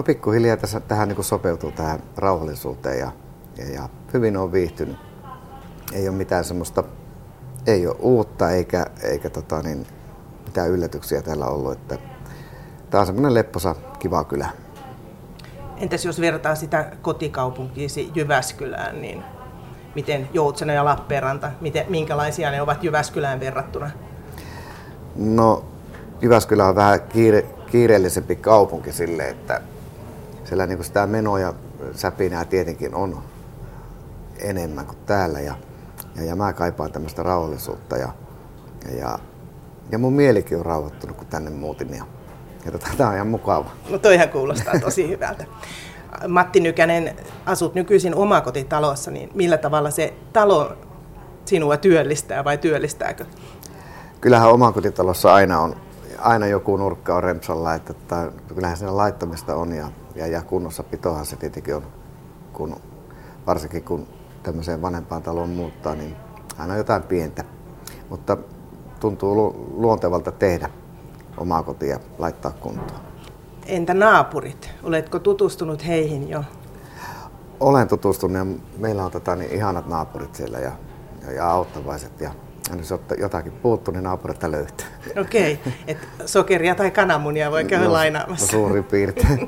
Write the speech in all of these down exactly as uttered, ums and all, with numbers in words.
No pikkuhiljaa tässä, tähän niin kuin sopeutuu tähän rauhallisuuteen ja, ja, ja hyvin on viihtynyt. Ei ole mitään semmoista, ei ole uutta eikä, eikä tota niin, mitään yllätyksiä täällä ollut. Että tämä on semmoinen lepposa, kiva kylä. Entäs jos vertaa sitä kotikaupunkiisi Jyväskylään, niin miten Joutseno ja Lappeenranta, miten, minkälaisia ne ovat Jyväskylään verrattuna? No Jyväskylä on vähän kiire, kiireellisempi kaupunki sille, että siellä niin kuin sitä menoa ja säpinää tietenkin on enemmän kuin täällä. Ja, ja, ja mä kaipaan tämmöistä rauhallisuutta ja, ja, ja mun mielikin on rauhoittunut, kun tänne muutin. Ja, ja tota, tää on ihan mukava. No toihan kuulostaa tosi hyvältä. Matti Nykänen, asut nykyisin omakotitalossa, niin millä tavalla se talo sinua työllistää vai työllistääkö? Kyllähän omakotitalossa aina on, aina joku nurkka on rempsalla, että, että kyllähän siinä laittamista on ja, ja, ja kunnossapitohan se tietenkin on, kun, varsinkin kun tämmöiseen vanhempaan taloon muuttaa, niin aina jotain pientä, mutta tuntuu lu- luontevalta tehdä omaa kotia laittaa kuntoon. Entä naapurit? Oletko tutustunut heihin jo? Olen tutustunut ja meillä on tota, niin ihanat naapurit siellä ja, ja, ja auttavaiset. Ja, ja jos jotakin puuttuu, niin naapurilta löytyy. Okei, okay. että sokeria tai kananmunia voi käydä no, lainaamassa. No suurin piirtein.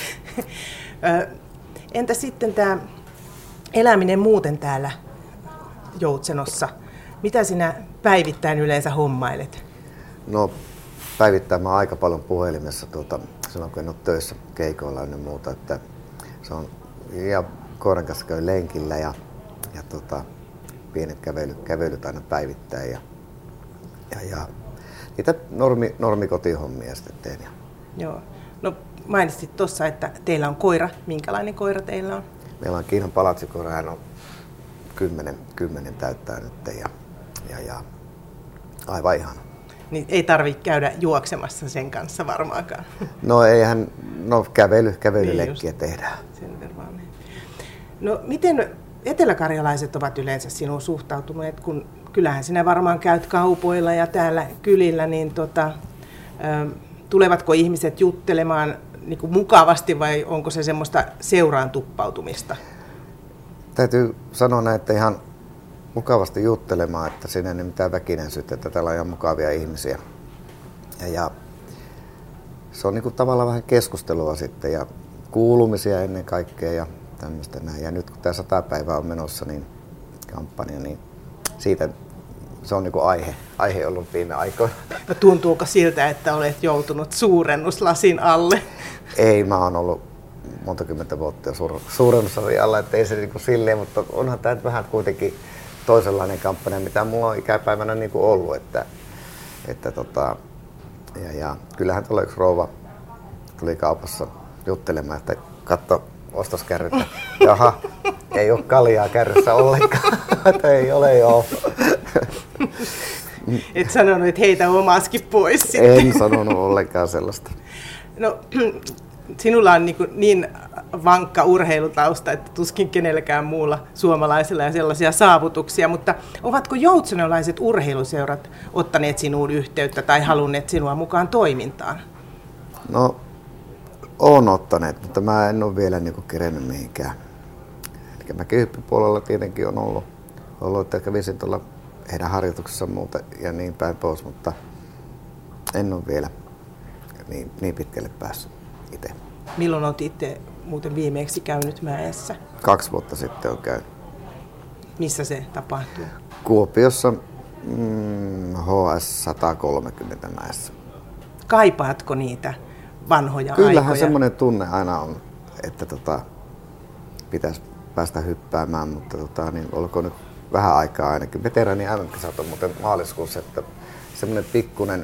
Entä sitten tämä eläminen muuten täällä Joutsenossa? Mitä sinä päivittäin yleensä hommailet? No päivittäin mä oon aika paljon puhelimessa tuota, silloin kun en ole töissä keikoilla ja muuta. Että se on, ja koiran kanssa käy lenkillä ja, ja tota, pienet kävely, kävelyt aina päivittäin. Ja, ja, ja niitä normi, normikotihommia sitten teen. Joo. No mainitsit tuossa, että teillä on koira. Minkälainen koira teillä on? Meillä on Kiinan palatsikoira, hän on kymmenen, kymmenen täyttää nyt ja, ja, ja aivan ihana. Niin ei tarvitse käydä juoksemassa sen kanssa varmaankaan. No eihän, no kävely, kävelylekkiä niin tehdään. Sen verran. No miten eteläkarjalaiset ovat yleensä sinuun suhtautuneet, kun kyllähän sinä varmaan käyt kaupoilla ja täällä kylillä, niin tota, ä, tulevatko ihmiset juttelemaan niin kuin mukavasti vai onko se semmoista seuraan tuppautumista? Täytyy sanoa näin, että ihan mukavasti juttelemaan, että siinä ei ole mitään väkinäisyyttä, että täällä on ihan mukavia ihmisiä. Ja, ja se on niin kuin tavallaan vähän keskustelua sitten ja kuulumisia ennen kaikkea ja tämmöistä näin. Ja nyt kun tämä sata päivää on menossa, niin kampanja, niin siitä se on niin kuin aihe, aihe ollut viime aikoina. No tuntuuko siltä, että olet joutunut suurennuslasin alle? Ei, mä oon ollut monta kymmentä vuotta jo suur, suurennuslasin alla, ettei se niin kuin silleen, mutta onhan tämä vähän kuitenkin toisenlainen kampanja, mitä mulla on ikäpäivänä niin kuin ollut. Että, että tota, ja, ja, kyllähän tuolla yksi rouva tuli kaupassa juttelemaan, että katso ostoskärrytä. Jaha, ei ole kaljaa kärryssä ollenkaan. Ei ole joo. Et sanonut, että heitä omaskin pois sitten. En sanonut ollenkaan sellaista. No, sinulla on niin, niin vankka urheilutausta, että tuskin kenelläkään muulla suomalaisella ja sellaisia saavutuksia, mutta ovatko joutsenolaiset urheiluseurat ottaneet sinuun yhteyttä tai halunneet sinua mukaan toimintaan? No, on ottaneet, mutta mä en ole vielä niin kerennyt mihinkään. Eli mäkihyppypuolella tietenkin on ollut, ollut että kävisin tuolla heidän harjoituksessa muuta ja niin päin pois, mutta en ole vielä niin, niin pitkälle päässyt itse. Milloin olet itse muuten viimeksi käynyt mäessä? Kaksi vuotta sitten on käynyt. Missä se tapahtui? Kuopiossa mm, H S sata kolmekymmentä mäessä. Kaipaatko niitä vanhoja Kyllähän aikoja? semmoinen tunne aina on, että tota, pitäisi päästä hyppäämään, mutta tota, niin olkoon nyt vähän aikaa ainakin. Veteraani M M-kisat on muuten maaliskuussa, että semmoinen pikkunen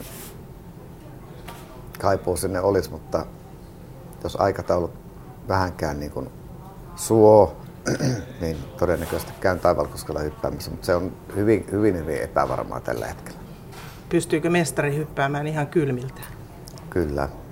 kaipuu sinne olisi, mutta jos aikataulut vähänkään niin kuin suo, niin todennäköisesti käyn Taivalkoskella hyppäämässä, mutta se on hyvin, hyvin, hyvin epävarmaa tällä hetkellä. Pystyykö mestari hyppäämään ihan kylmiltä? Kyllä.